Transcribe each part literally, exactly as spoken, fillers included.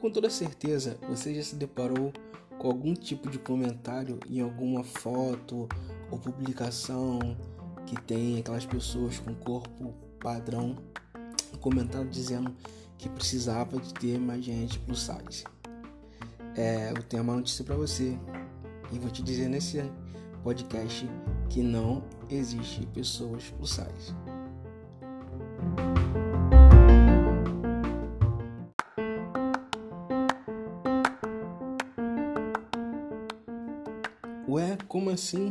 Com toda certeza, você já se deparou com algum tipo de comentário em alguma foto ou publicação que tem aquelas pessoas com corpo padrão, um comentário dizendo que precisava de ter mais gente plus size. É, eu tenho uma notícia para você e vou te dizer nesse podcast que não existe pessoas plus size. Ué, como assim?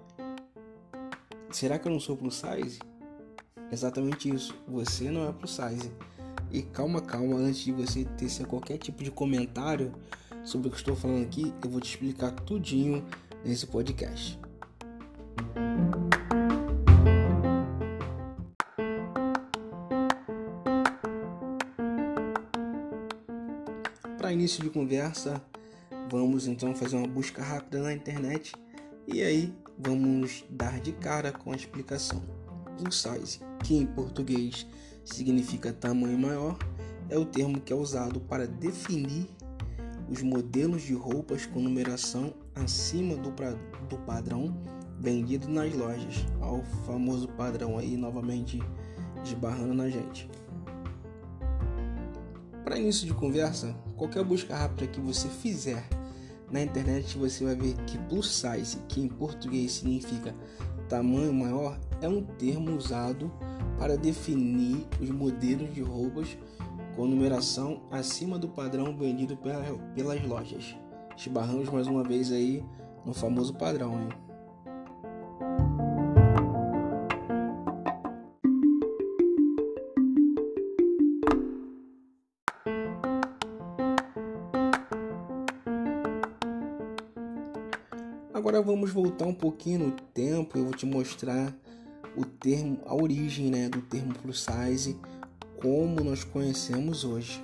Será que eu não sou plus size? Exatamente isso, você não é plus size. E calma, calma, antes de você tecer qualquer tipo de comentário sobre o que eu estou falando aqui, eu vou te explicar tudinho nesse podcast. Para início de conversa, vamos então fazer uma busca rápida na internet e aí vamos dar de cara com a explicação. Plus size, que em português significa tamanho maior, é o termo que é usado para definir os modelos de roupas com numeração acima do, pra, do padrão vendido nas lojas. Olha o famoso padrão aí novamente esbarrando na gente. Para início de conversa, qualquer busca rápida que você fizer na internet, você vai ver que plus size, que em português significa tamanho maior, é um termo usado para definir os modelos de roupas com numeração acima do padrão vendido pelas lojas. Esbarramos mais uma vez aí no famoso padrão, hein? Agora vamos voltar um pouquinho no tempo. Eu vou te mostrar o termo, a origem, né, do termo plus size, como nós conhecemos hoje.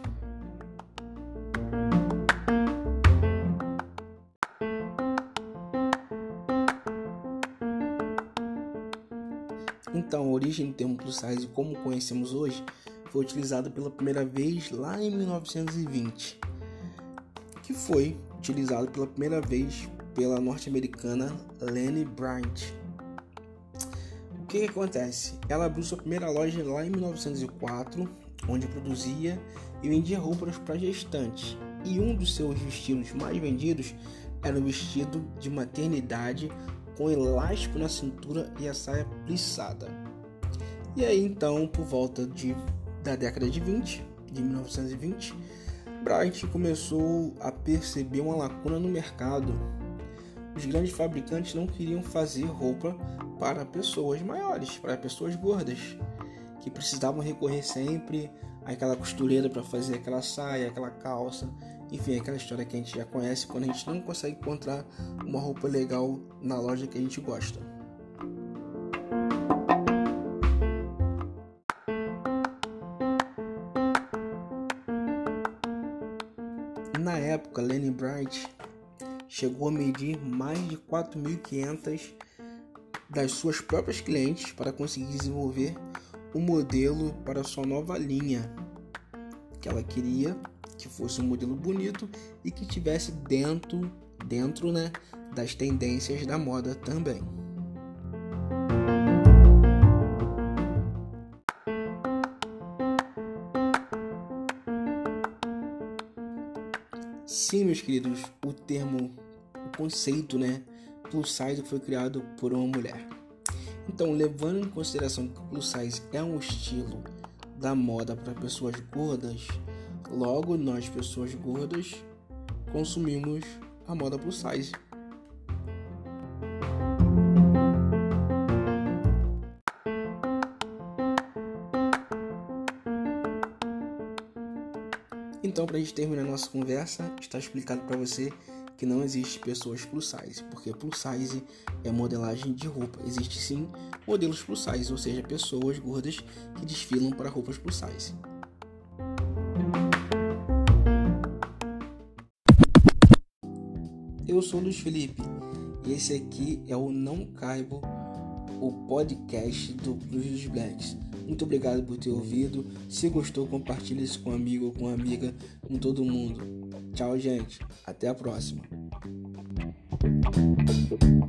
Então, a origem do termo plus size, como conhecemos hoje, foi utilizado pela primeira vez lá em mil novecentos e vinte, que foi utilizado pela primeira vez pela norte-americana Lane Bryant. O que, que acontece? Ela abriu sua primeira loja lá em mil novecentos e quatro, onde produzia e vendia roupas para gestantes. E um dos seus vestidos mais vendidos era o vestido de maternidade com elástico na cintura e a saia plissada. E aí então, por volta de, da década de vinte, de mil novecentos e vinte, Bryant começou a perceber uma lacuna no mercado. Os grandes fabricantes não queriam fazer roupa para pessoas maiores, para pessoas gordas, que precisavam recorrer sempre àquela costureira para fazer aquela saia, aquela calça, enfim, aquela história que a gente já conhece quando a gente não consegue encontrar uma roupa legal na loja que a gente gosta. Na época, Lane Bryant chegou a medir mais de quatro mil e quinhentas das suas próprias clientes para conseguir desenvolver um modelo para sua nova linha, que ela queria que fosse um modelo bonito e que tivesse dentro, dentro, né, das tendências da moda também. Sim, meus queridos, o termo, o conceito, né, plus size foi criado por uma mulher. Então, levando em consideração que o plus size é um estilo da moda para pessoas gordas, logo nós, pessoas gordas, consumimos a moda plus size. Então, para a gente terminar a nossa conversa, está explicado para você que não existe pessoas plus size, porque plus size é modelagem de roupa. Existe sim modelos plus size, ou seja, pessoas gordas que desfilam para roupas plus size. Eu sou o Luiz Felipe e esse aqui é o Não Caibo o podcast do Blues dos Blacks. Muito obrigado por ter ouvido. Se gostou, compartilhe isso com um amigo, com uma amiga, com todo mundo. Tchau, gente. Até a próxima.